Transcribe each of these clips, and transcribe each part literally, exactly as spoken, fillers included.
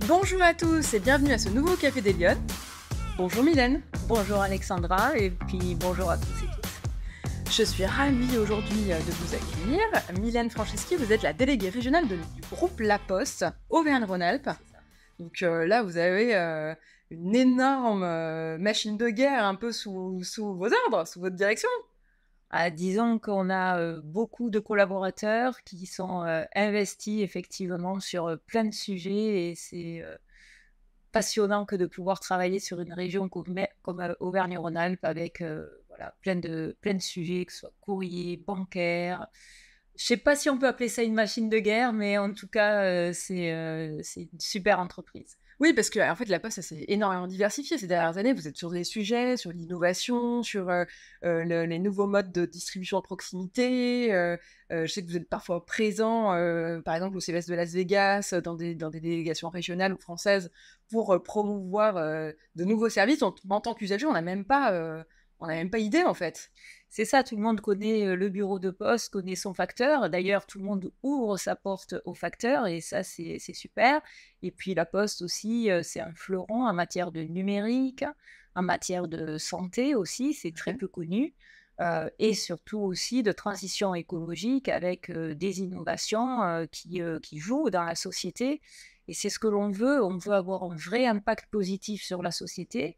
Bonjour à tous et bienvenue à ce nouveau Café des Lyonnes. Bonjour Mylène. Bonjour Alexandra et puis bonjour à tous et toutes. Je suis ravie aujourd'hui de vous accueillir. Mylène Franceschi, vous êtes la déléguée régionale de- du groupe La Poste, Auvergne-Rhône-Alpes. Donc euh, là, vous avez euh, une énorme euh, machine de guerre un peu sous, sous vos ordres, sous votre direction. Ah, disons qu'on a euh, beaucoup de collaborateurs qui sont euh, investis effectivement sur euh, plein de sujets et c'est euh, passionnant que de pouvoir travailler sur une région comme, comme euh, Auvergne-Rhône-Alpes avec euh, voilà, plein de, plein de sujets, que ce soit courrier, bancaire. Je sais pas si on peut appeler ça une machine de guerre, mais en tout cas, euh, c'est euh, c'est une super entreprise. Oui, parce que en fait, La Poste, ça s'est énormément diversifié ces dernières années. Vous êtes sur des sujets, sur l'innovation, sur euh, euh, le- les nouveaux modes de distribution en proximité. Euh, euh, je sais que vous êtes parfois présent, euh, par exemple, au C E S de Las Vegas, dans des, dans des délégations régionales ou françaises, pour euh, promouvoir euh, de nouveaux services. En, en tant qu'usager, on n'a même pas, euh, on n'a même pas idée, en fait. C'est ça, tout le monde connaît euh, le bureau de poste, connaît son facteur. D'ailleurs, tout le monde ouvre sa porte au facteur et ça, c'est c'est super. Et puis la poste aussi, euh, c'est un fleuron en matière de numérique, en matière de santé aussi, c'est très Ok. peu connu. Euh, et surtout aussi de transition écologique avec euh, des innovations euh, qui, euh, qui jouent dans la société. Et c'est ce que l'on veut, on veut avoir un vrai impact positif sur la société.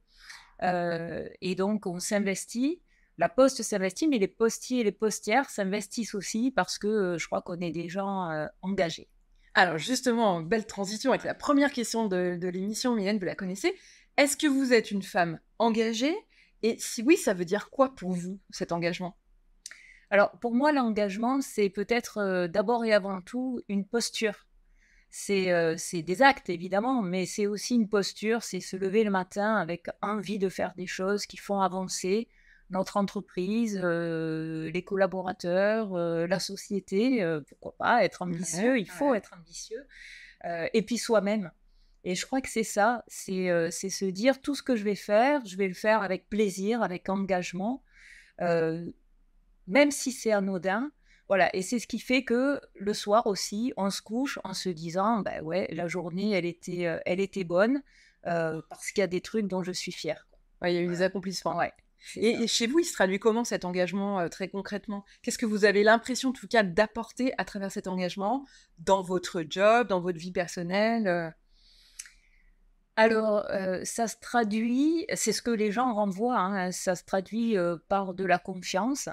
Euh, et donc, on s'investit. La Poste s'investit, mais les postiers et les postières s'investissent aussi parce que euh, je crois qu'on est des gens euh, engagés. Alors justement, belle transition avec la première question de, de l'émission, Mylène, vous la connaissez. Est-ce que vous êtes une femme engagée? Et si oui, ça veut dire quoi pour vous, cet engagement? Alors, pour moi, l'engagement, c'est peut-être euh, d'abord et avant tout une posture. C'est euh, c'est des actes, évidemment, mais c'est aussi une posture, c'est se lever le matin avec envie de faire des choses qui font avancer notre entreprise, euh, les collaborateurs, euh, la société, euh, pourquoi pas, être ambitieux, Ouais, il faut ouais. être ambitieux, euh, et puis soi-même. Et je crois que c'est ça, c'est euh, c'est se dire tout ce que je vais faire, je vais le faire avec plaisir, avec engagement, euh, même si c'est anodin. Voilà, et c'est ce qui fait que le soir aussi, on se couche en se disant, ben ouais, la journée, elle était, euh, elle était bonne, euh, parce qu'il y a des trucs dont je suis fière, quoi. Ouais, il y a eu des accomplissements. Ouais, c'est Et, ça. et chez vous, il se traduit comment cet engagement euh, très concrètement? Qu'est-ce que vous avez l'impression, en tout cas, d'apporter à travers cet engagement dans votre job, dans votre vie personnelle? euh Alors, euh, ça se traduit, c'est ce que les gens renvoient, hein, ça se traduit euh, par de la confiance.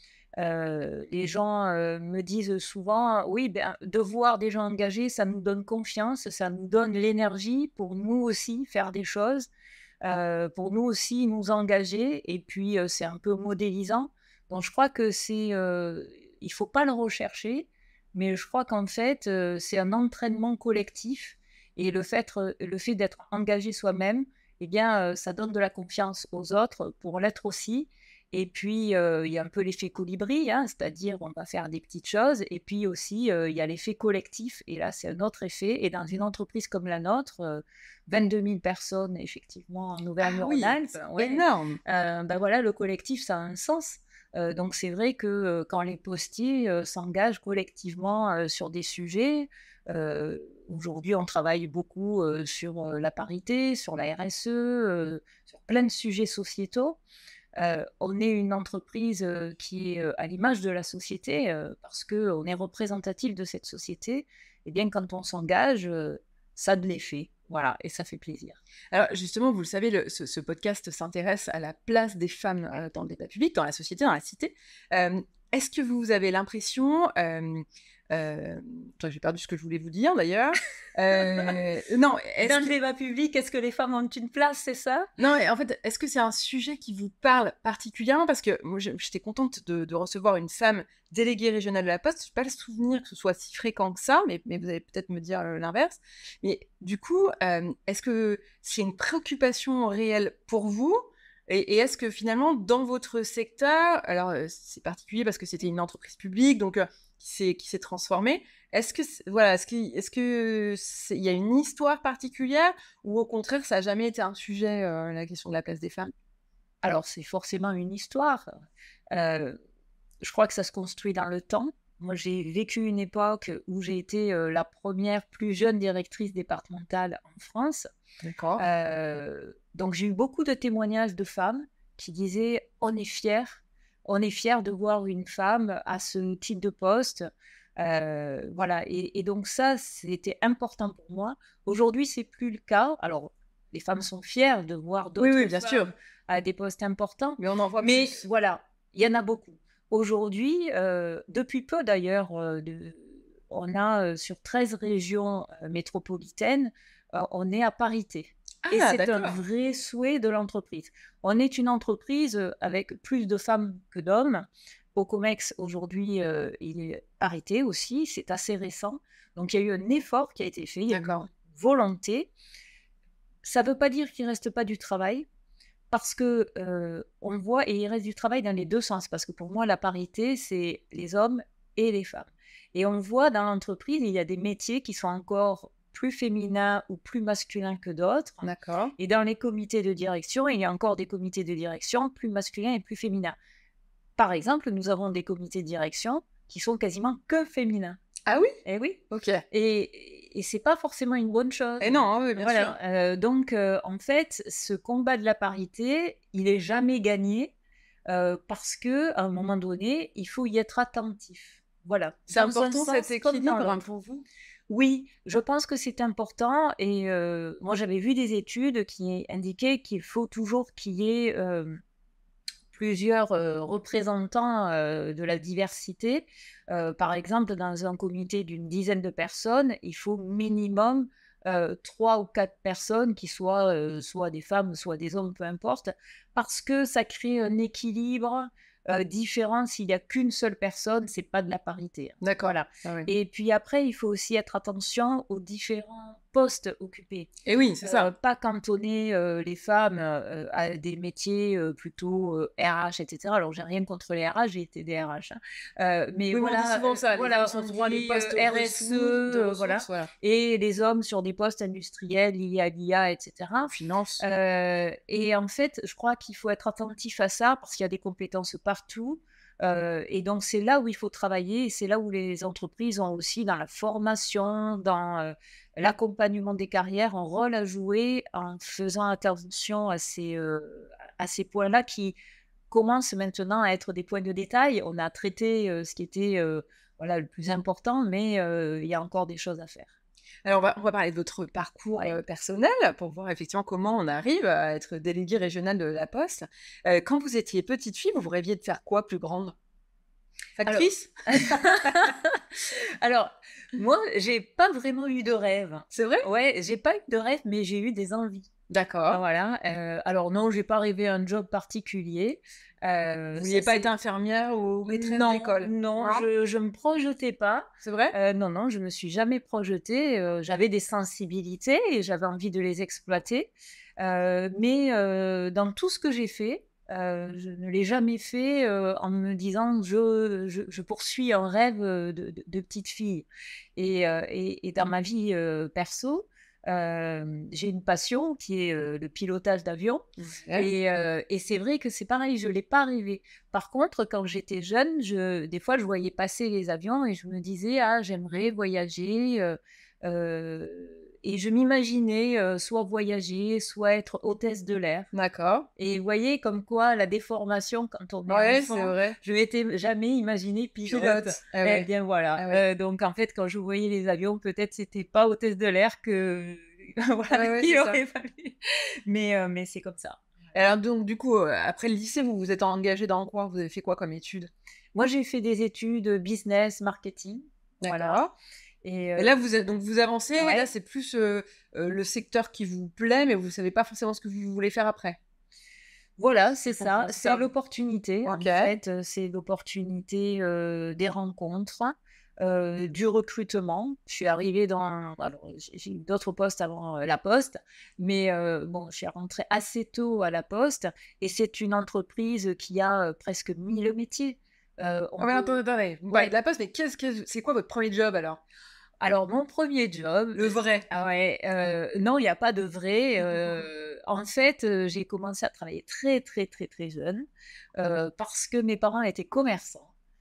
Euh, les gens euh, me disent souvent, oui, ben, de voir des gens engagés, ça nous donne confiance, ça nous donne l'énergie pour nous aussi faire des choses, euh, pour nous aussi nous engager, et puis euh, c'est un peu modélisant. Donc je crois que c'est, euh, il faut pas le rechercher, mais je crois qu'en fait euh, c'est un entraînement collectif, et le fait, euh, le fait d'être engagé soi-même, eh bien euh, ça donne de la confiance aux autres pour l'être aussi. Et puis, euh, il y a un peu l'effet colibri, hein, c'est-à-dire on va faire des petites choses. Et puis aussi, euh, il y a l'effet collectif. Et là, c'est un autre effet. Et dans une entreprise comme la nôtre, euh, vingt-deux mille personnes, effectivement, en Ah oui, Auvergne-Rhône-Alpes, c'est ouais, énorme. euh, ben voilà, le collectif, ça a un sens. Euh, donc c'est vrai que euh, quand les postiers euh, s'engagent collectivement euh, sur des sujets, euh, aujourd'hui on travaille beaucoup euh, sur euh, la parité, sur la R S E, euh, sur plein de sujets sociétaux. Euh, on est une entreprise euh, qui est euh, à l'image de la société euh, parce qu'on est représentatif de cette société. Et bien, quand on s'engage, euh, ça a de l'effet. Voilà, et ça fait plaisir. Alors justement, vous le savez, le- ce, ce podcast s'intéresse à la place des femmes euh, dans le débat public, dans la société, dans la cité. Euh, Est-ce que vous avez l'impression... euh, euh, attends, j'ai perdu ce que je voulais vous dire d'ailleurs. Euh, non, est-ce Dans que, le débat public, est-ce que les femmes ont une place, c'est ça? non, et en fait, est-ce que c'est un sujet qui vous parle particulièrement? Parce que moi, je- j'étais contente de, de recevoir une femme déléguée régionale de la Poste. Je n'ai pas le souvenir que ce soit si fréquent que ça, mais, mais vous allez peut-être me dire euh, l'inverse. Mais du coup, euh, est-ce que c'est une préoccupation réelle pour vous? Et, et est-ce que finalement, dans votre secteur, alors euh, c'est particulier parce que c'était une entreprise publique, donc euh, qui s'est qui s'est transformée. Est-ce que c'est- voilà, est-ce qu'il est-ce que c'est- il y a une histoire particulière? Ou au contraire, ça n'a jamais été un sujet, euh, la question de la place des femmes? Alors, c'est forcément une histoire. Euh, je crois que ça se construit dans le temps. moi, j'ai vécu une époque où j'ai été euh, la première plus jeune directrice départementale en France. D'accord. Euh, donc, j'ai eu beaucoup de témoignages de femmes qui disaient on est fiers, on est fiers de voir une femme à ce type de poste. Euh, voilà. Et, et donc, ça, c'était important pour moi. Aujourd'hui, c'est plus le cas. Alors, les femmes sont fières de voir Oui, d'autres oui, bien sûr. femmes à des postes importants. Mais on en voit Mais plus. voilà, il y en a beaucoup. Aujourd'hui, euh, depuis peu d'ailleurs, euh, de- on a euh, sur treize régions euh, métropolitaines, euh, on est à parité. Et Ah, c'est un d'accord. vrai souhait de l'entreprise. On est une entreprise euh, avec plus de femmes que d'hommes. Ocomex, aujourd'hui, euh, il est arrêté aussi. C'est assez récent. Donc, il y a eu un effort qui a été fait. Il y a eu D'accord. une volonté. Ça ne veut pas dire qu'il ne reste pas du travail. Parce que euh, on le voit, et il reste du travail dans les deux sens, parce que pour moi, la parité, c'est les hommes et les femmes. Et on le voit dans l'entreprise, il y a des métiers qui sont encore plus féminins ou plus masculins que d'autres. D'accord. Et dans les comités de direction, il y a encore des comités de direction plus masculins et plus féminins. Par exemple, nous avons des comités de direction qui sont quasiment que féminins. Ah oui? Eh oui. Ok. Et, et c'est pas forcément une bonne chose. Et non, oui, bien Voilà. sûr. Euh, donc, euh, en fait, ce combat de la parité, il est jamais gagné euh, parce que à un moment donné, il faut y être attentif. Voilà. C'est Dans un important cet sens comme dans équilibre l'autre. pour vous? Oui, je pense que c'est important. Et euh, moi, j'avais vu des études qui indiquaient qu'il faut toujours qu'il y ait euh, plusieurs euh, représentants euh, de la diversité. Euh, par exemple, dans un comité d'une dizaine de personnes, il faut minimum euh, trois ou quatre personnes qui soient euh, soit des femmes, soit des hommes, peu importe, parce que ça crée un équilibre euh, différent. S'il n'y a qu'une seule personne, c'est pas de la parité. D'accord. Voilà. Ah oui. Et puis après, il faut aussi être attention aux différents postes occupés. Et oui, c'est Euh, ça. pas cantonner euh, les femmes euh, à des métiers euh, plutôt euh, R H, et cetera. Alors, j'ai rien contre les R H, j'ai été des R H. hein. Euh, mais Oui, mais on dit voilà, souvent euh, ça. Les voilà, femmes sont on souvent à des dit postes euh, R S E, ressources, de euh, voilà. ressources, voilà. Et les hommes sur des postes industriels liés à l'I A, et cetera. Finance. Euh, et en fait, je crois qu'il faut être attentif à ça parce qu'il y a des compétences partout. Euh, et donc, c'est là où il faut travailler et c'est là où les entreprises ont aussi dans la formation, dans euh, l'accompagnement des carrières, un rôle à jouer en faisant attention à ces, euh, à ces points-là qui commencent maintenant à être des points de détail. On a traité euh, ce qui était euh, voilà, le plus important, mais euh, il y a encore des choses à faire. Alors, on va, on va parler de votre parcours Ouais. euh, personnel pour voir effectivement comment on arrive à être délégué régional de la Poste. Euh, quand vous étiez petite fille, vous vous rêviez de faire quoi plus grande? Factrice? Alors, moi, j'ai pas vraiment eu de rêve. C'est vrai? Ouais, j'ai pas eu de rêve, mais j'ai eu des envies. D'accord. Voilà. euh, alors non, j'ai pas rêvé un job particulier. Euh, Vous ça, vouliez pas c'est- être infirmière ou maîtresse non, d'école? non, Non. je, je me projetais pas. C'est vrai? Euh, non, non, je me suis jamais projetée. Euh, j'avais des sensibilités et j'avais envie de les exploiter. Euh, mais euh, dans tout ce que j'ai fait, euh, je ne l'ai jamais fait euh, en me disant je, je, je poursuis un rêve de, de- de petite fille. Et, euh, et, et dans ma vie euh, perso, euh, j'ai une passion qui est euh, le pilotage d'avion. Ouais. Et, euh, et c'est vrai que c'est pareil, je ne l'ai pas rêvé. Par contre, quand j'étais jeune, je, des fois, je voyais passer les avions et je me disais, ah, j'aimerais voyager. euh, euh, et je m'imaginais euh, soit voyager, soit être hôtesse de l'air. D'accord. Et vous voyez comme quoi la déformation quand on est Ouais, c'est enfant, vrai. je m'étais jamais imaginé pilote. Pilote. Ah Eh ouais. bien voilà. Ah ouais. Euh, donc en fait, quand je voyais les avions, peut-être c'était pas hôtesse de l'air que voilà, Ouais, ouais, il c'est ça. aurait fallu. Mais, euh, mais c'est comme ça. Et alors donc du coup, euh, après le lycée, vous vous êtes engagé dans quoi? Vous avez fait quoi comme études? Moi, j'ai fait des études business, marketing. Voilà. D'accord. Et, Et euh, là, vous êtes, donc vous avancez, et ouais. là, c'est plus euh, euh, le secteur qui vous plaît, mais vous savez pas forcément ce que vous voulez faire après. Voilà, c'est Je comprends, ça. c'est C'est ça. l'opportunité. En Ok. fait, euh, c'est l'opportunité euh, des rencontres, euh, du recrutement. Je suis arrivée dans... Alors, j'ai j'ai eu d'autres postes avant euh, la Poste, mais euh, bon, je suis rentrée assez tôt à la Poste et c'est une entreprise qui a euh, presque mille métiers. Euh, on Oh, mais peut- attendez, attendez. Vous Ouais. parlez de la Poste, mais qu'est-ce que c'est quoi votre premier job alors? Alors, mon premier job, Le vrai. ah ouais, euh, non, il n'y a pas de vrai. euh, en fait, euh, j'ai commencé à travailler très, très, très, très jeune euh, parce que mes parents étaient commerçants.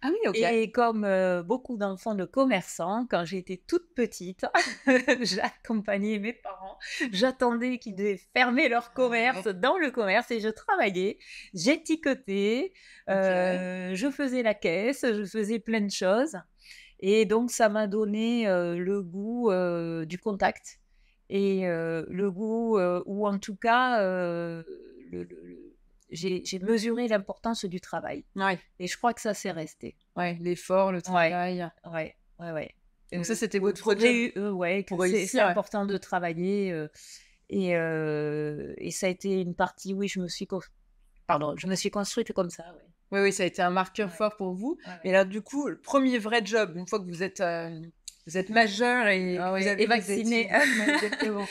Ah oui, OK. Et comme, heu, beaucoup d'enfants de commerçants, quand j'étais toute petite, j'accompagnais mes parents. J'attendais qu'ils aient fermé leur commerce dans le commerce et je travaillais. J'étiquetais, OK. heu, je faisais la caisse, je faisais plein de choses et donc ça m'a donné, heu, le goût, heu, du contact et heu, le goût, heu, ou en tout cas, heu, le le le j'ai j'ai mesuré l'importance du travail Ouais, et je crois que ça, c'est resté. ouais, l'effort, le Ouais, travail. ouais, ouais, ouais. Donc ça, Heu, c'était pour votre pour job réu heu, ouais, que pour c'est c'est réussir? important de travailler, heu et heu et ça a été une partie, oui, je me suis conf pardon, je me suis construite comme ça, ouais. Oui, oui, ça a été un marqueur Ouais, fort pour vous. ouais, Mais ouais. là, du coup, le premier vrai job, une fois que vous êtes, hem, vous êtes majeur et Ah que vous ouais, et avez vos vaccinée. études. Ouais, exactement.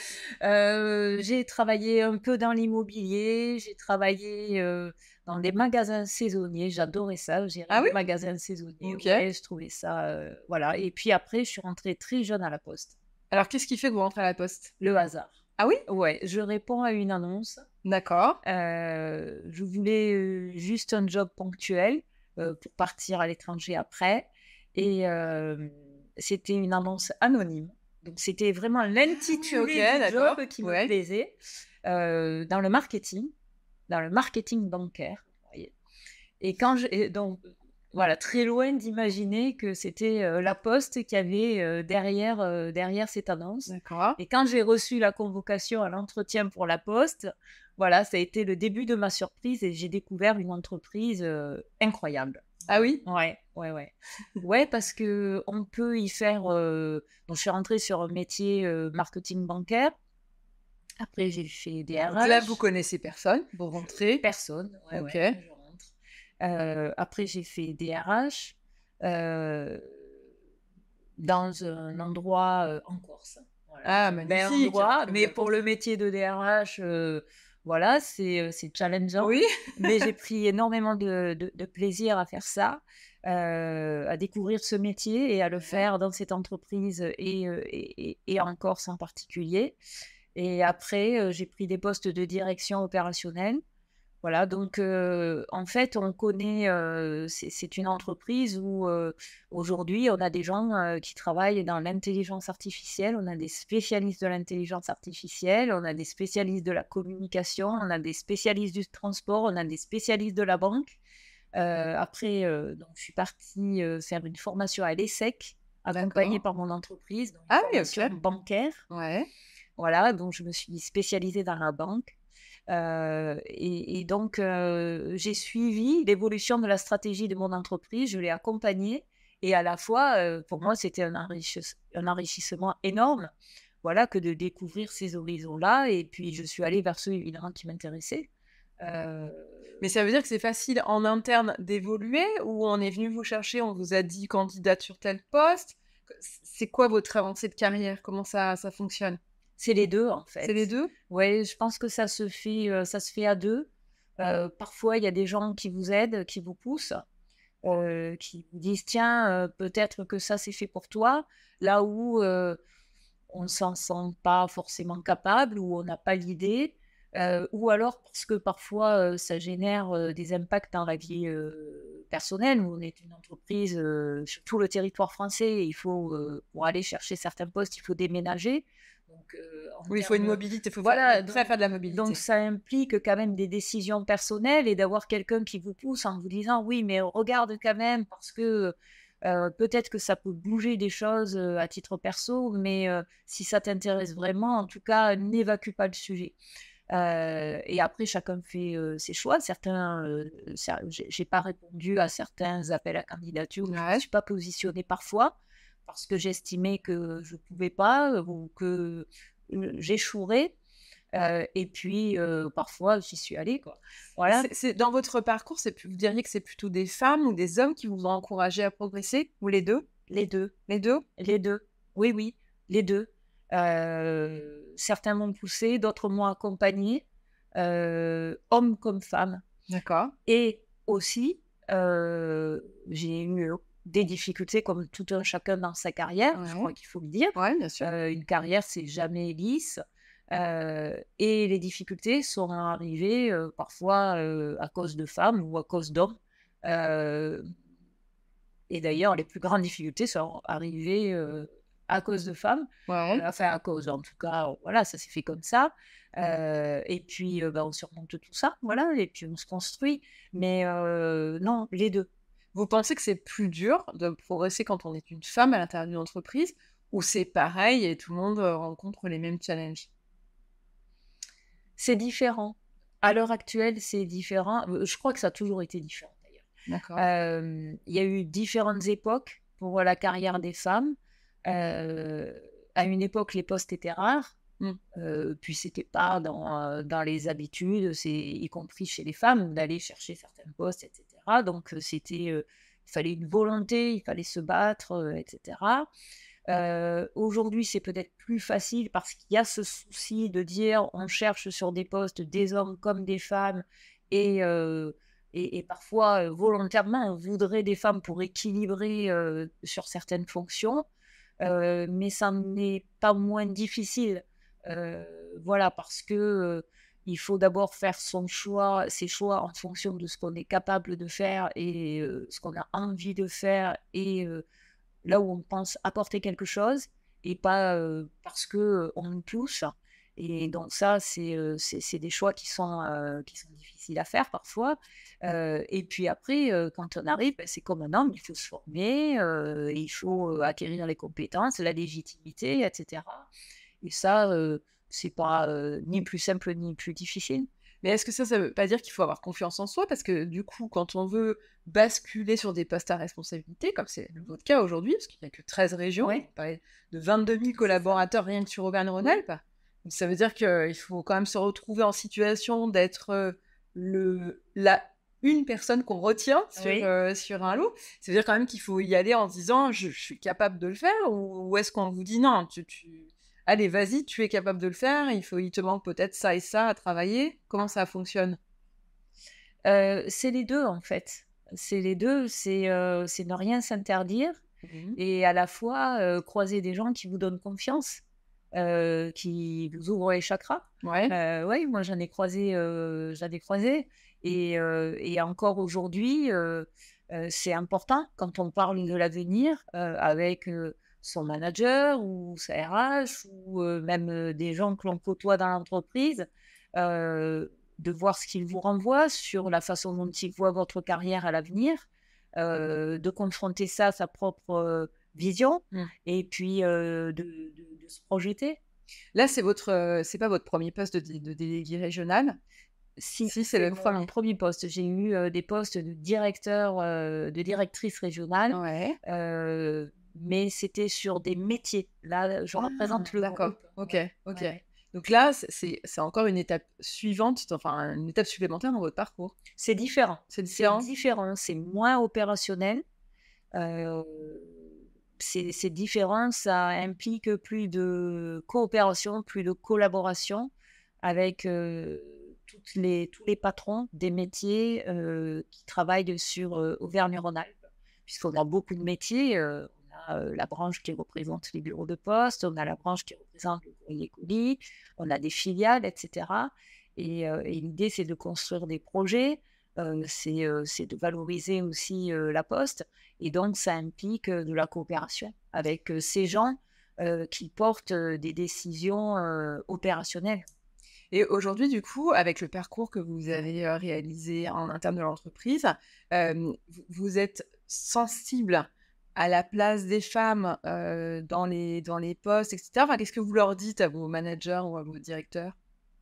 Heu, j'ai travaillé un peu dans l'immobilier, j'ai travaillé, heu, dans des magasins saisonniers, j'adorais ça, gérer Ah oui? des magasins saisonniers. OK. Ouais, je trouvais ça, heu, voilà et puis après je suis rentrée très jeune à la poste. Alors qu'est-ce qui fait que vous rentrez à la poste? Le hasard. Ah oui? Ouais, je réponds à une annonce. D'accord. Heu, je voulais, heu, juste un job ponctuel, heu, pour partir à l'étranger après et hem, c'était une annonce anonyme. Donc c'était vraiment Oui, OK, l'intitulé du d'accord. job qui me Ouais. plaisait, heu, dans le marketing, dans le marketing bancaire, vous voyez? Et quand je et donc voilà, très loin d'imaginer que c'était, heu, la Poste qui avait, heu, derrière, heu, derrière cette annonce D'accord. et quand j'ai reçu la convocation à l'entretien pour la Poste, voilà, ça a été le début de ma surprise et j'ai découvert une entreprise, heu, incroyable. Ah oui? Ouais, ouais, ouais. Ouais, parce qu'on peut y faire, heu donc je suis rentrée sur un métier, heu, marketing bancaire. Après j'ai fait des Donc là, vous R H. connaissez personne, vous rentrez. Personne, ouais, OK. ouais, je rentre. Heu, après j'ai fait des R H, heu, dans un endroit, heu, en Corse. Voilà, Ah un bel magnifique! endroit, Que vous mais avez pour le métier de D R H, heu, voilà, c'est, heu, c'est challengeant, oui? mais j'ai pris énormément de de de plaisir à faire ça, heu, à découvrir ce métier et à le Ouais. faire dans cette entreprise et heu et et et en Corse en particulier et après, heu, j'ai pris des postes de direction opérationnelle. Voilà, donc heu, en fait, on connaît, heu, c'est c'est une entreprise où, heu, aujourd'hui, on a des gens, heu, qui travaillent dans l'intelligence artificielle. On a des spécialistes de l'intelligence artificielle, on a des spécialistes de la communication, on a des spécialistes du transport, on a des spécialistes de la banque. Heu, après, heu, donc je suis partie, heu, faire une formation à l'ESSEC, accompagnée D'accord. par mon entreprise, donc une Ah oui, formation OK. bancaire. Ouais. Voilà, donc je me suis spécialisée dans la banque. Heu et et donc heu, j'ai suivi l'évolution de la stratégie de mon entreprise, je l'ai accompagnée et à la fois, heu, pour moi, c'était un enrichisse un enrichissement énorme, voilà, que de découvrir ces horizons-là et puis je suis allée vers ceux évidemment qui m'intéressaient. Heu, Mais ça veut dire que c'est facile en interne d'évoluer ou on est venu vous chercher, on vous a dit: «Candidate sur tel poste»? Que c c'est quoi votre avancée de carrière? Comment ça ça fonctionne? c'est les deux en C'est les fait. deux. Ouais, je pense que ça se fait, heu, ça se fait à deux. Heu, parfois, il y a des gens qui vous aident, qui vous poussent. Heu, qui vous disent: «Tiens, heu, peut-être que ça, c'est fait pour toi». Là où, heu, on ne s'en sent pas forcément capable, ou on n'a pas l'idée, heu, ou alors parce que parfois, heu, ça génère, heu, des impacts dans la vie, heu, personnelle. Où on est une entreprise, heu, sur tout le territoire français et il faut, heu, pour aller chercher certains postes, il faut déménager. Donc, heu, en Oui, il faut une termes mobilité, il faut faire voilà, être prêt à donc faire de la donc mobilité. ça implique quand même des décisions personnelles et d'avoir quelqu'un qui vous pousse en vous disant: «Oui, mais regarde quand même parce que, heu, peut-être que ça peut bouger des choses, heu, à titre perso, mais heu, si ça t'intéresse vraiment, en tout cas, n'évacue pas le sujet». Heu et après chacun fait, heu, ses choix. Certains, heu, cer j'ai j'ai pas répondu à certains appels à candidature, je me Ouais. suis pas positionnée parfois, parce que j'estimais que je pouvais pas, heu, ou que, heu, j'échouerais. Heu et puis, heu, parfois j'y suis allée, quoi. Et Voilà, c'est c'est dans votre parcours, c'est plus vous diriez que c'est plutôt des femmes ou des hommes qui vous ont encouragé à progresser? Ou les deux? les deux, Les deux. les deux. Oui, oui, les deux. Heu, certains m'ont poussée, d'autres m'ont accompagnée, heu, hommes comme femmes. D'accord. Et aussi, heu, j'ai eu des difficultés comme tout un chacun dans sa carrière, je Ouais. crois qu'il faut le dire. Ouais, bien sûr. Heu, une carrière, c'est jamais lisse, heu et les difficultés sont arrivées, heu, parfois, heu, à cause de femmes ou à cause d'hommes. Heu Et d'ailleurs, les plus grandes difficultés sont arrivées euh, à cause de femmes. Euh, Ouais. enfin, à cause, en tout cas, euh, voilà, ça s'est fait comme ça. Euh, et puis, euh, bah, on surmonte tout ça, voilà, et puis on se construit. Mais euh, non, les deux. Vous pensez que c'est plus dur de progresser quand on est une femme à l'intérieur d'une entreprise ou c'est pareil et tout le monde euh, rencontre les mêmes challenges? C'est différent. À l'heure actuelle, c'est différent. Euh, Je crois que ça a toujours été différent, d'ailleurs. D'accord. Euh, Il y a eu différentes époques pour la carrière des femmes. Euh, à une époque, les postes étaient rares. Mm. Euh, puis c'était pas dans, euh, dans les habitudes, c'est y compris chez les femmes, d'aller chercher certains postes, et cetera. Donc euh, c'était, euh, il fallait une volonté, il fallait se battre, euh, et cetera. Euh, aujourd'hui, c'est peut-être plus facile parce qu'il y a ce souci de dire on cherche sur des postes des hommes comme des femmes et, euh, et, et parfois euh, volontairement on voudrait des femmes pour équilibrer euh, sur certaines fonctions, euh, mais ça n'est pas moins difficile. Euh, voilà, parce que euh, il faut d'abord faire son choix, ses choix en fonction de ce qu'on est capable de faire et euh, ce qu'on a envie de faire et euh, là où on pense apporter quelque chose et pas euh, parce que euh, on nous pousse. Et donc ça, c'est euh, c'est c'est des choix qui sont, euh, qui sont difficiles à faire parfois. Euh, et puis après, euh, quand on arrive, ben, c'est comme un homme, il faut se former, euh, il faut euh, acquérir les compétences, la légitimité, et cetera. Et ça, euh, c'est pas euh, ni plus simple ni plus difficile. Mais est-ce que ça, ça veut pas dire qu'il faut avoir confiance en soi? Parce que du coup, quand on veut basculer sur des postes à responsabilité, comme c'est votre cas aujourd'hui, parce qu'il n'y a que treize régions, Ouais, vous parlez de vingt-deux mille collaborateurs rien que sur Auvergne-Rhône-Alpes, donc ça veut dire qu'il faut quand même se retrouver en situation d'être euh, le, la, une personne qu'on retient sur, oui. euh, sur un lot. Ça veut dire quand même qu'il faut y aller en se disant je, je suis capable de le faire, ou, ou est-ce qu'on vous dit non, tu, tu, allez, vas-y, tu es capable de le faire, il, faut, il te manque peut-être ça et ça à travailler. Comment ça fonctionne? Euh, c'est les deux en fait. C'est les deux, c'est euh, c'est ne rien s'interdire Mhm. et à la fois euh, croiser des gens qui vous donnent confiance, euh, qui vous ouvrent les chakras. Ouais. Euh, oui, moi j'en ai croisé, euh, j'en ai croisé et, euh, et encore aujourd'hui, euh, euh, c'est important quand on parle de l'avenir euh, avec euh, son manager ou sa R H ou euh, même euh, des gens que l'on côtoie dans l'entreprise. euh, de voir ce qu'ils vous renvoient sur la façon dont ils voient votre carrière à l'avenir, euh, de confronter ça à sa propre euh, vision Mm. et puis euh, de, de- de se projeter. Là, c'est votre, euh, c'est pas votre premier poste de, dé- de délégué régional. Si, Si, c'est c'est le mon premier. premier poste. J'ai eu euh, des postes de directeur, euh, de directrice régionale, Ouais. euh, mais c'était sur des métiers. Là, je Ah, représente le d'accord. groupe. Ok, Ouais, ok. ouais, ouais. Donc là, c'est c'est- c'est encore une étape suivante, enfin une étape supplémentaire dans votre parcours. C'est différent. C'est C'est différent? différent. C'est moins opérationnel. Euh, c'est c'est différent, ça implique plus de coopération, plus de collaboration avec euh, toutes les, tous les patrons des métiers euh, qui travaillent sur euh, Auvergne-Rhône-Alpes, puisqu'on a beaucoup de métiers. euh, on a euh, la branche qui représente les bureaux de poste, on a la branche qui représente le courrier colis, on a des filiales, et cetera. Et, euh, et l'idée, c'est de construire des projets, euh, c'est euh, c'est de valoriser aussi euh, la poste. Et donc, ça implique euh, de la coopération avec euh, ces gens euh, qui portent euh, des décisions euh, opérationnelles. Et aujourd'hui, du coup, avec le parcours que vous avez euh, réalisé en interne de l'entreprise, euh, vous, vous êtes sensible à la place des femmes euh, dans les, dans les postes, et cetera. Enfin, qu'est-ce que vous leur dites à vos managers ou à vos directeurs?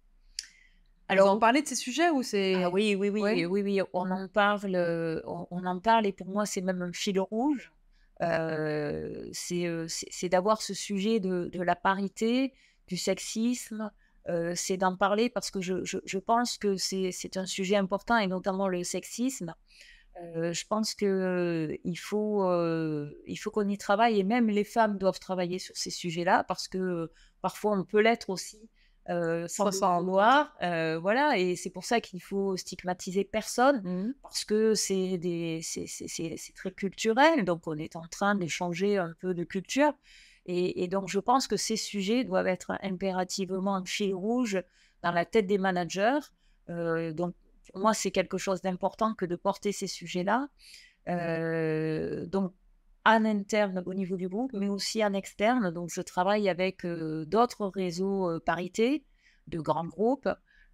Vous en Alors, parlez de ces sujets ou ah c'est... oui, oui, oui, Ouais. oui, oui, on en parle, euh, on, on en parle et pour moi, c'est même un fil rouge. Euh, c'est euh, c'est- c'est d'avoir ce sujet de, de la parité, du sexisme, euh, c'est d'en parler parce que je, je, je pense que c'est c'est un sujet important et notamment le sexisme. Euh, je pense que euh, il faut, euh, il faut qu'on y travaille et même les femmes doivent travailler sur ces sujets-là parce que euh, parfois on peut l'être aussi euh, sans Sans le s'en rendre compte. vouloir. Euh, voilà, et c'est pour ça qu'il faut stigmatiser personne Mhm. parce que c'est des, c'est, c'est, c'est- c'est très culturel. Donc on est en train d'échanger un peu de culture. Et, et donc je pense que ces sujets doivent être impérativement un fil rouge dans la tête des managers. Euh, donc pour moi, c'est quelque chose d'important que de porter ces sujets-là. Euh, donc, en interne au niveau du groupe, mais aussi en externe. Donc, je travaille avec euh, d'autres réseaux euh, parité, de grands groupes,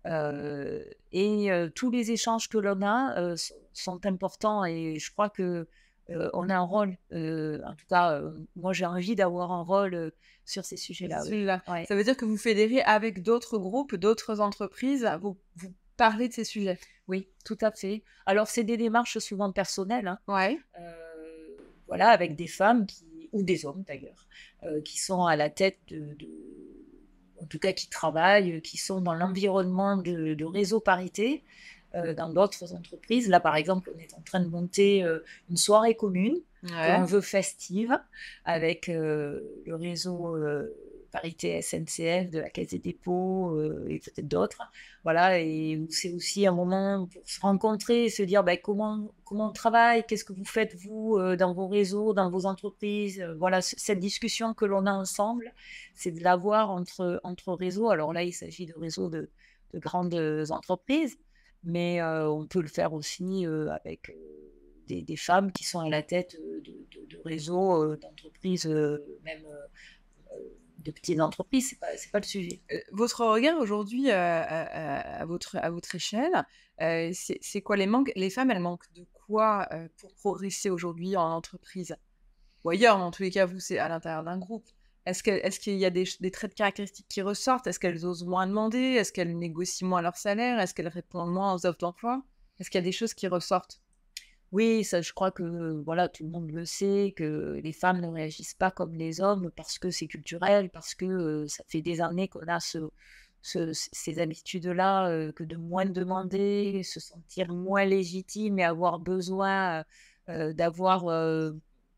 euh, et euh, tous les échanges que l'on a euh, s- sont importants. Et je crois que euh, on a un rôle, euh, en tout cas, euh, moi j'ai envie d'avoir un rôle euh, sur ces sujets-là. Oui. Celui-là. Ouais. Ça veut dire que vous fédérez avec d'autres groupes, d'autres entreprises, vous, vous parlez de ces sujets. Oui, tout à fait. Alors, c'est des démarches souvent personnelles, hein. Ouais. Euh, voilà, avec des femmes qui, ou des hommes d'ailleurs, euh, qui sont à la tête de, de- en tout cas qui travaillent, qui sont dans l'environnement de, de réseau parité, euh, dans d'autres entreprises. Là, par exemple, on est en train de monter euh, une soirée commune que l'on Ouais. veut festive avec euh, le réseau euh, parité S N C F, de la Caisse des dépôts euh, et peut-être d'autres. Voilà, et où c'est aussi un moment pour se rencontrer et se dire bah, comment, comment on travaille, qu'est-ce que vous faites vous euh, dans vos réseaux, dans vos entreprises. Euh, voilà, c- cette discussion que l'on a ensemble, c'est de l'avoir entre, entre réseaux. Alors là, il s'agit de réseaux de, de grandes entreprises, mais euh, on peut le faire aussi euh, avec euh, des, des femmes qui sont à la tête euh, de, de- de réseaux euh, d'entreprises, euh, même euh, euh, de petites entreprises. C'est pas, c'est pas le sujet. Euh, votre regard aujourd'hui, euh, à, à- à votre, à votre échelle, euh, c'est c'est quoi les manques? Les femmes, elles manquent de quoi euh, pour progresser aujourd'hui en entreprise? Ou ailleurs, dans tous les cas, vous, c'est à l'intérieur d'un groupe. Est-ce que, est-ce qu'il y a des, ch- des traits de caractéristiques qui ressortent? Est-ce qu'elles osent moins demander? Est-ce qu'elles négocient moins leur salaire? Est-ce qu'elles répondent moins aux offres d'emploi? Est-ce qu'il y a des choses qui ressortent? Oui, ça, je crois que voilà, tout le monde le sait, que les femmes ne réagissent pas comme les hommes parce que c'est culturel, parce que euh, ça fait des années qu'on a ce, ce- c- ces habitudes-là, euh, que de moins demander, se sentir moins légitime et avoir besoin euh, d'avoir euh,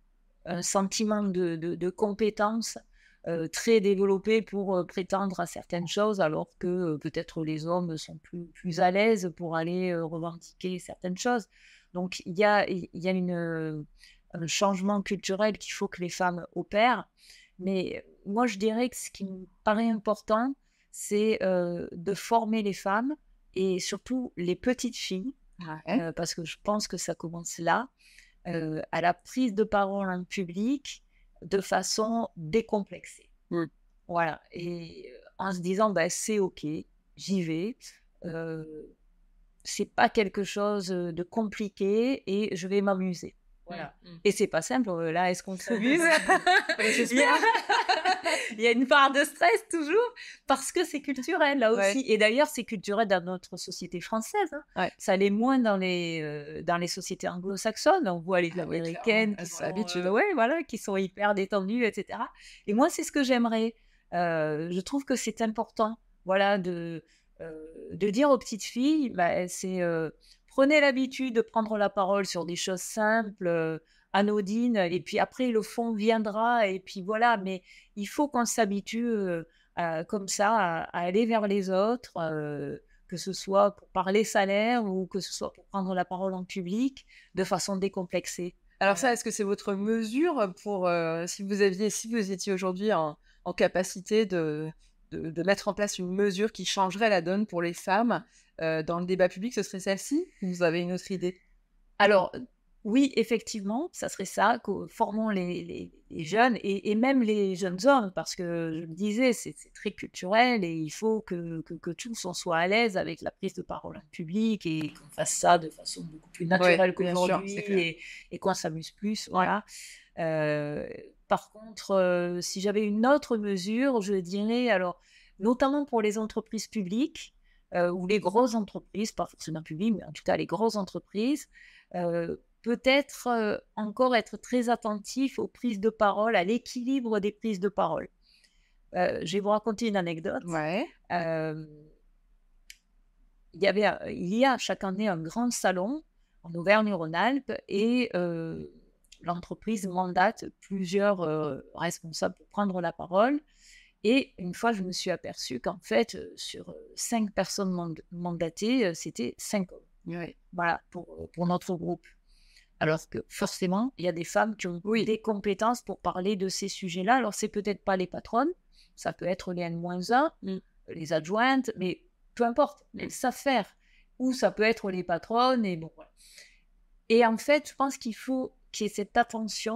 un sentiment de, de- de compétence euh, très développé pour euh, prétendre à certaines choses, alors que euh, peut-être les hommes sont plus, plus à l'aise pour aller euh, revendiquer certaines choses. Donc il y a, il y a une, euh, un changement culturel qu'il faut que les femmes opèrent. Mais moi, je dirais que ce qui me paraît important, c'est euh, de former les femmes et surtout les petites filles, Ouais. euh, parce que je pense que ça commence là, euh, à la prise de parole en public de façon décomplexée. Mm. Voilà. Et euh, en se disant, bah, c'est OK, j'y vais. Euh, c'est pas quelque chose de compliqué et je vais m'amuser. Voilà. Mm, mm. Et c'est pas simple. euh, Là, est-ce qu'on s'amuse? Ouais, Il y a- il y a une part de stress toujours parce que c'est culturel là Ouais. aussi. Et d'ailleurs, c'est culturel dans notre société française, hein. Ouais. Ça l'est moins dans les, euh, dans les sociétés anglo-saxonnes. On voit les Ah ouais, américaines clairement. qui Elles ont sont, l'habitude. euh, ouais, voilà, qui sont hyper détendues, et cetera. Et moi, c'est ce que j'aimerais. Euh, je trouve que c'est important, voilà, de, euh, de dire aux petites filles, bah, c'est euh, prenez l'habitude de prendre la parole sur des choses simples, euh, anodines, et puis après le fond viendra, et puis voilà. Mais il faut qu'on s'habitue euh, à- comme ça à, à aller vers les autres, euh, que ce soit pour parler salaire ou que ce soit pour prendre la parole en public, de façon décomplexée. Alors ça, est-ce que c'est votre mesure pour euh, si vous aviez, si vous étiez aujourd'hui en, en capacité de, de, de mettre en place une mesure qui changerait la donne pour les femmes euh, dans le débat public, ce serait celle-ci? Ou vous avez une autre idée? Alors, oui, effectivement, ça serait ça, que formons les, les- les jeunes et, et même les jeunes hommes, parce que je le disais, c'est c'est très culturel et il faut que, que, que tous on soit à l'aise avec la prise de parole en public et qu'on fasse ça de façon beaucoup plus Ouais, naturelle bien sûr, qu'aujourd'hui c'est clair. et, et qu'on s'amuse plus. Voilà. Euh, par contre, euh, si j'avais une autre mesure, je dirais, alors, notamment pour les entreprises publiques euh, ou les grosses entreprises, pas forcément publiques, mais en tout cas les grosses entreprises, euh, peut-être euh, encore être très attentif aux prises de parole, à l'équilibre des prises de parole. Euh, je vais vous raconter une anecdote. Ouais. Euh, il y avait, un- il y a chaque année un grand salon en Auvergne-Rhône-Alpes et euh, l'entreprise mandate plusieurs euh, responsables pour prendre la parole. Et une fois, je me suis aperçue qu'en fait, euh, sur euh, cinq personnes mand- mandatées, euh, c'était cinq hommes. Ouais. Voilà, pour, euh, pour notre groupe. Alors que forcément, il y a des femmes qui ont Oui. des compétences pour parler de ces sujets-là. Alors, c'est peut-être pas les patronnes, ça peut être les N un, Mm. les adjointes, mais peu importe, elles savent faire. Ou ça peut être les patronnes, et bon, voilà. Et en fait, je pense qu'il faut qu'il y ait cette attention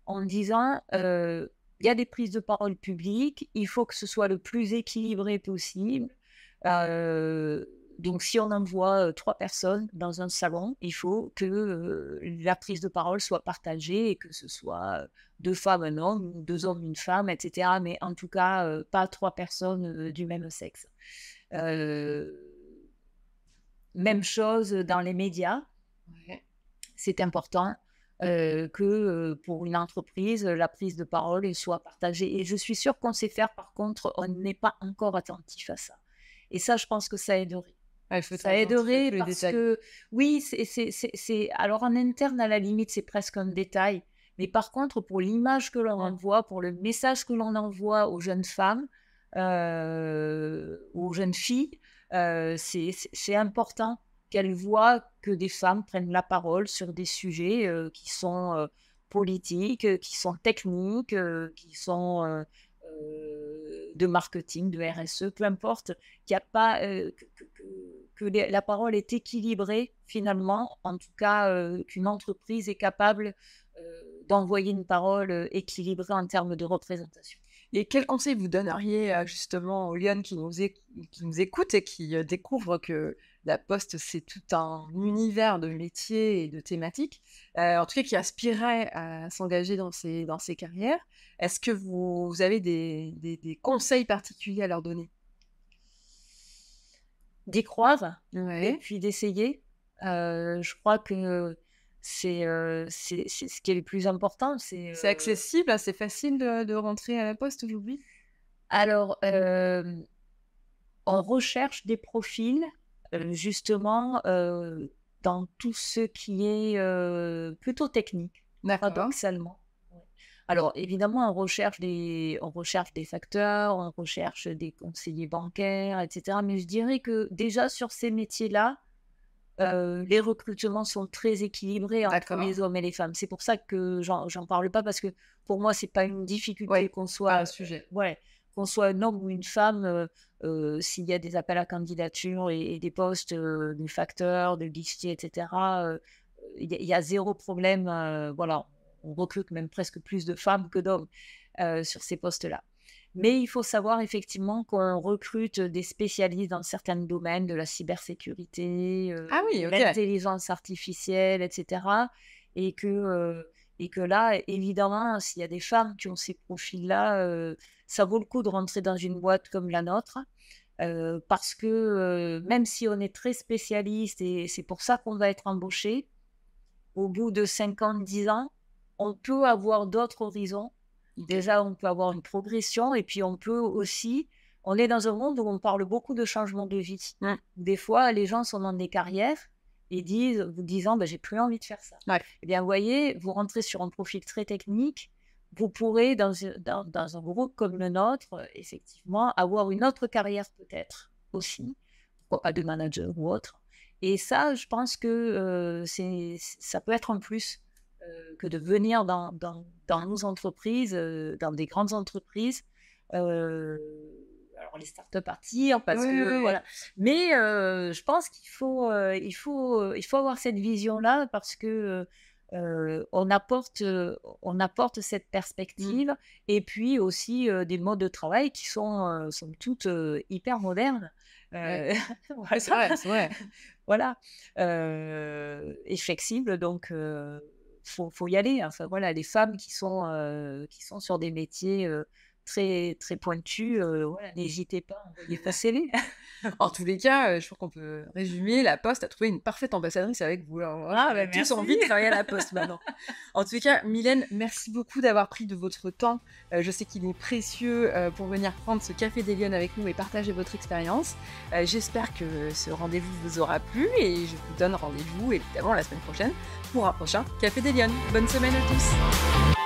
en disant, euh, il y a des prises de parole publiques, il faut que ce soit le plus équilibré possible. Euh, donc, si on envoie euh, trois personnes dans un salon, il faut que euh, la prise de parole soit partagée et que ce soit euh, deux femmes, un homme, ou deux hommes, une femme, et cetera. Mais en tout cas, euh, pas trois personnes euh, du même sexe. Euh, même chose dans les médias. Ouais. C'est important euh, que euh, pour une entreprise, la prise de parole soit partagée. Et je suis sûre qu'on sait faire, par contre, on n'est pas encore attentif à ça. Et ça, je pense que ça aiderait. Ouais, il faut Ça aiderait parce que, oui, c'est alors en interne, à la limite, c'est presque un détail. Mais par contre, pour l'image que l'on envoie, pour le message que l'on envoie aux jeunes femmes, euh, aux jeunes filles, euh, c'est important qu'elles voient que des femmes prennent la parole sur des sujets euh, qui sont euh, politiques, euh, qui sont techniques, euh, qui sont euh, euh, de marketing, de R S E, peu importe, qu'il n'y a pas euh, que, que, que les, la parole est équilibrée finalement, en tout cas euh, qu'une entreprise est capable euh, d'envoyer une parole euh, équilibrée en termes de représentation. Et quel conseil vous donneriez euh, justement aux Lyonnes qui nous, qui nous écoutent et qui euh, découvrent que la Poste, c'est tout un univers de métiers et de thématiques, euh, en tout cas qui aspireraient à s'engager dans ces, dans ces carrières? Est-ce que vous, vous avez des, des, des conseils particuliers à leur donner? D'y croire, ouais. et puis d'essayer. Euh, je crois que c'est euh, ce qui est le plus important. C'est euh... accessible, c'est facile de, de rentrer à la Poste aujourd'hui? Alors, euh, on recherche des profils, euh, justement, euh, dans tout ce qui est euh, plutôt technique, paradoxalement. Alors, évidemment, on recherche, des, on recherche des facteurs, on recherche des conseillers bancaires, et cetera. Mais je dirais que déjà sur ces métiers-là, euh, les recrutements sont très équilibrés entre les hommes et les femmes. C'est pour ça que j'en parle pas, parce que pour moi, c'est pas une difficulté ouais, qu'on soit, un sujet. Euh, ouais, qu'on soit un homme ou une femme, euh, euh, s'il y a des appels à candidature et, et des postes euh, de facteurs, de guichetier, et cetera. Il euh, y, y a zéro problème, euh, voilà. On recrute même presque plus de femmes que d'hommes euh, sur ces postes-là. Mais il faut savoir effectivement qu'on recrute des spécialistes dans certains domaines de la cybersécurité, euh, ah oui, okay. l'intelligence artificielle, et cetera. Et que, euh, et que là, évidemment, s'il y a des femmes qui ont ces profils-là, euh, ça vaut le coup de rentrer dans une boîte comme la nôtre. Euh, parce que euh, même si on est très spécialiste, et c'est pour ça qu'on va être embauché, au bout de cinq ans, dix ans, on peut avoir d'autres horizons. Déjà, on peut avoir une progression, et puis on peut aussi... On est dans un monde où on parle beaucoup de changement de vie. Mmh. Des fois, les gens sont dans des carrières et disent, vous disant, ben, j'ai plus envie de faire ça. Ouais. Eh bien, vous voyez, vous rentrez sur un profil très technique, vous pourrez, dans, dans, dans un groupe comme le nôtre, effectivement, avoir une autre carrière peut-être aussi, pas de manager ou autre. Et ça, je pense que euh, c'est, ça peut être un plus. Que de venir dans, dans, dans nos entreprises, euh, dans des grandes entreprises. Euh, alors, les startups partirent parce oui, que... Oui. Voilà. Mais euh, je pense qu'il faut, euh, il faut, il faut avoir cette vision-là, parce que euh, on, apporte, on apporte cette perspective, mmh. et puis aussi euh, des modes de travail qui sont, euh, sont toutes euh, hyper modernes. Euh, ouais. voilà. C'est vrai, c'est vrai. Voilà. Euh, et flexibles, donc... Euh, Faut, faut y aller. Enfin, voilà, les femmes qui sont, euh, qui sont sur des métiers euh, très, très pointus, euh, voilà, n'hésitez pas, envoyez passer-les. En tous les cas, euh, je crois qu'on peut résumer, la Poste a trouvé une parfaite ambassadrice avec vous. Alors, ah, on bah, a tous envie de travailler à la Poste maintenant. En tous les cas, Mylène, merci beaucoup d'avoir pris de votre temps. Euh, je sais qu'il est précieux euh, pour venir prendre ce Café des Lyonnes avec nous et partager votre expérience. Euh, J'espère que ce rendez-vous vous aura plu, et je vous donne rendez-vous évidemment la semaine prochaine pour un prochain Café des Lyonnes. Bonne semaine à tous.